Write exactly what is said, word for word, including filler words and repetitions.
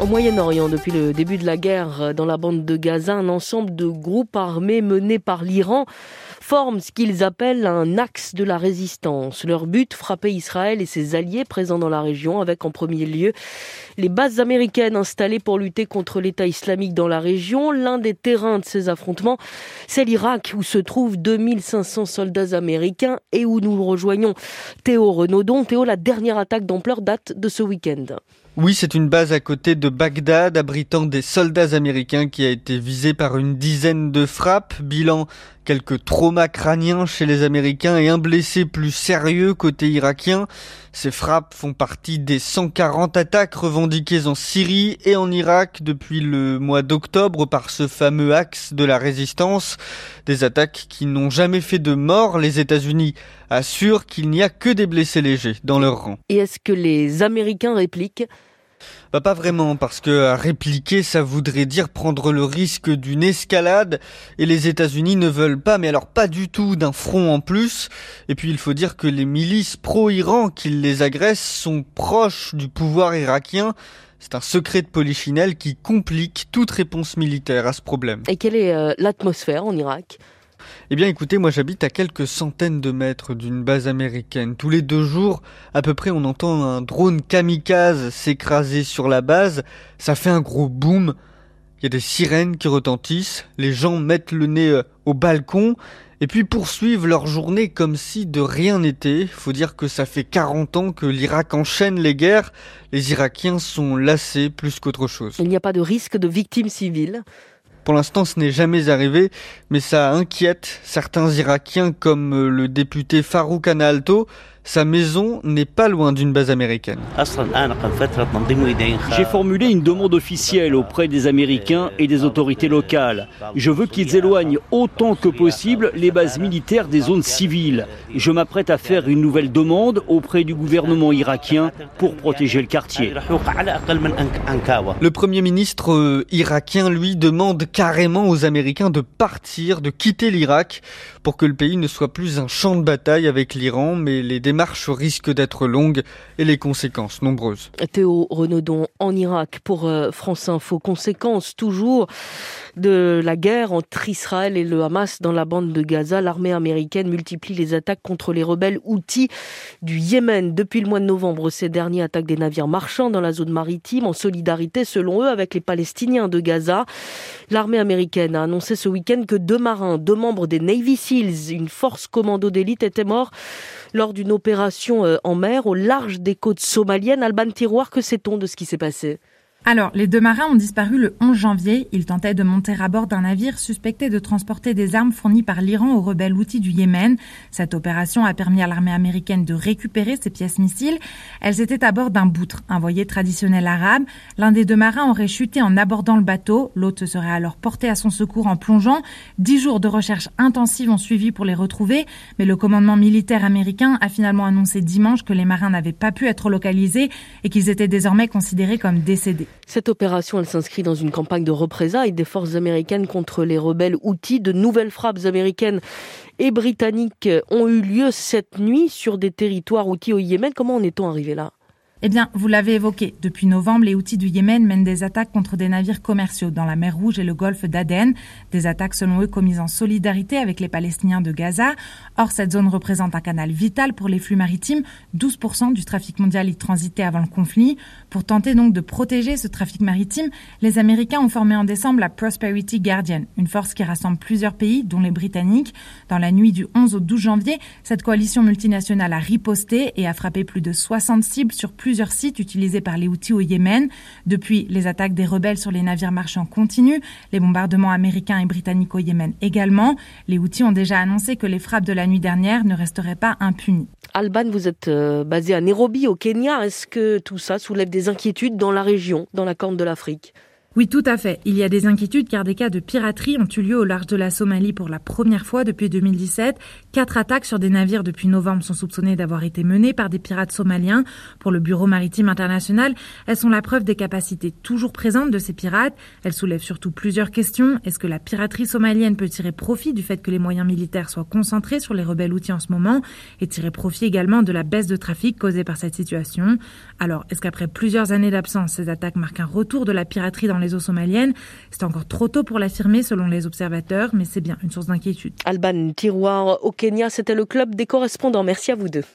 Moyen-Orient, depuis le début de la guerre dans la bande de Gaza, un ensemble de groupes armés menés par l'Iran forment ce qu'ils appellent un axe de la résistance. Leur but, frapper Israël et ses alliés présents dans la région, avec en premier lieu les bases américaines installées pour lutter contre l'État islamique dans la région. L'un des terrains de ces affrontements, c'est l'Irak, où se trouvent deux mille cinq cents soldats américains et où nous rejoignons Théo Renaudon. Théo, la dernière attaque d'ampleur date de ce week-end. Oui, c'est une base à côté de Bagdad, abritant des soldats américains qui a été visée par une dizaine de frappes. Bilan, quelques traumas crâniens chez les Américains et un blessé plus sérieux côté irakien. Ces frappes font partie des cent quarante attaques revendiquées en Syrie et en Irak depuis le mois d'octobre par ce fameux axe de la résistance. Des attaques qui n'ont jamais fait de morts. Les États-Unis assurent qu'il n'y a que des blessés légers dans leur rang. Et est-ce que les Américains répliquent ? Bah pas vraiment, parce que répliquer, ça voudrait dire prendre le risque d'une escalade, et les États-Unis ne veulent pas, mais alors pas du tout, d'un front en plus. Et puis il faut dire que les milices pro-Iran qui les agressent sont proches du pouvoir irakien. C'est un secret de polichinelle qui complique toute réponse militaire à ce problème. Et quelle est euh, l'atmosphère en Irak ? Eh bien écoutez, moi j'habite à quelques centaines de mètres d'une base américaine. Tous les deux jours, à peu près, on entend un drone kamikaze s'écraser sur la base. Ça fait un gros boom. Il y a des sirènes qui retentissent. Les gens mettent le nez au balcon et puis poursuivent leur journée comme si de rien n'était. Faut dire que ça fait quarante ans que l'Irak enchaîne les guerres. Les Irakiens sont lassés plus qu'autre chose. Il n'y a pas de risque de victimes civiles ? Pour l'instant, ce n'est jamais arrivé, mais ça inquiète certains Irakiens comme le député Farouk Analto. Sa maison n'est pas loin d'une base américaine. J'ai formulé une demande officielle auprès des Américains et des autorités locales. Je veux qu'ils éloignent autant que possible les bases militaires des zones civiles. Je m'apprête à faire une nouvelle demande auprès du gouvernement irakien pour protéger le quartier. Le Premier ministre euh, irakien, lui, demande carrément aux Américains de partir, de quitter l'Irak pour que le pays ne soit plus un champ de bataille avec l'Iran, mais les démarches risquent d'être longues et les conséquences nombreuses. Théo Renaudon en Irak pour euh, France Info. Conséquences toujours de la guerre entre Israël et le Hamas dans la bande de Gaza. L'armée américaine multiplie les attaques contre les rebelles Houthis du Yémen. Depuis le mois de novembre, ces derniers attaquent des navires marchands dans la zone maritime en solidarité, selon eux, avec les Palestiniens de Gaza. L'armée américaine a annoncé ce week-end que deux marins, deux membres des Navy Seals, une force commando d'élite, étaient morts lors d'une opération en mer au large des côtes somaliennes. Alban Tiroir, que sait-on de ce qui s'est passé ? Alors, les deux marins ont disparu le onze janvier. Ils tentaient de monter à bord d'un navire suspecté de transporter des armes fournies par l'Iran aux rebelles Houthis du Yémen. Cette opération a permis à l'armée américaine de récupérer ces pièces missiles. Elles étaient à bord d'un boutre, un voilier traditionnel arabe. L'un des deux marins aurait chuté en abordant le bateau. L'autre serait alors porté à son secours en plongeant. Dix jours de recherche intensive ont suivi pour les retrouver. Mais le commandement militaire américain a finalement annoncé dimanche que les marins n'avaient pas pu être localisés et qu'ils étaient désormais considérés comme décédés. Cette opération, elle s'inscrit dans une campagne de représailles des forces américaines contre les rebelles Houthis. De nouvelles frappes américaines et britanniques ont eu lieu cette nuit sur des territoires Houthis au Yémen. Comment en est-on arrivé là ? Eh bien, vous l'avez évoqué. Depuis novembre, les Houthis du Yémen mènent des attaques contre des navires commerciaux dans la mer Rouge et le golfe d'Aden. Des attaques, selon eux, commises en solidarité avec les Palestiniens de Gaza. Or, cette zone représente un canal vital pour les flux maritimes. douze pour cent du trafic mondial y transitait avant le conflit. Pour tenter donc de protéger ce trafic maritime, les Américains ont formé en décembre la Prosperity Guardian, une force qui rassemble plusieurs pays, dont les Britanniques. Dans la nuit du onze au douze janvier, cette coalition multinationale a riposté et a frappé plus de soixante cibles sur plus plusieurs sites utilisés par les Houthis au Yémen. Depuis, les attaques des rebelles sur les navires marchands continuent, les bombardements américains et britanniques au Yémen également. Les Houthis ont déjà annoncé que les frappes de la nuit dernière ne resteraient pas impunies. Alban, vous êtes euh, basé à Nairobi, au Kenya. Est-ce que tout ça soulève des inquiétudes dans la région, dans la Corne de l'Afrique ? Oui, tout à fait. Il y a des inquiétudes car des cas de piraterie ont eu lieu au large de la Somalie pour la première fois depuis deux mille dix-sept. Quatre attaques sur des navires depuis novembre sont soupçonnées d'avoir été menées par des pirates somaliens. Pour le Bureau maritime international, elles sont la preuve des capacités toujours présentes de ces pirates. Elles soulèvent surtout plusieurs questions. Est-ce que la piraterie somalienne peut tirer profit du fait que les moyens militaires soient concentrés sur les rebelles houthis en ce moment et tirer profit également de la baisse de trafic causée par cette situation? Alors, est-ce qu'après plusieurs années d'absence, ces attaques marquent un retour de la piraterie dans les eaux somaliennes? C'est encore trop tôt pour l'affirmer selon les observateurs, mais c'est bien une source d'inquiétude. Alban Tiroir au Kenya, c'était le club des correspondants. Merci à vous deux.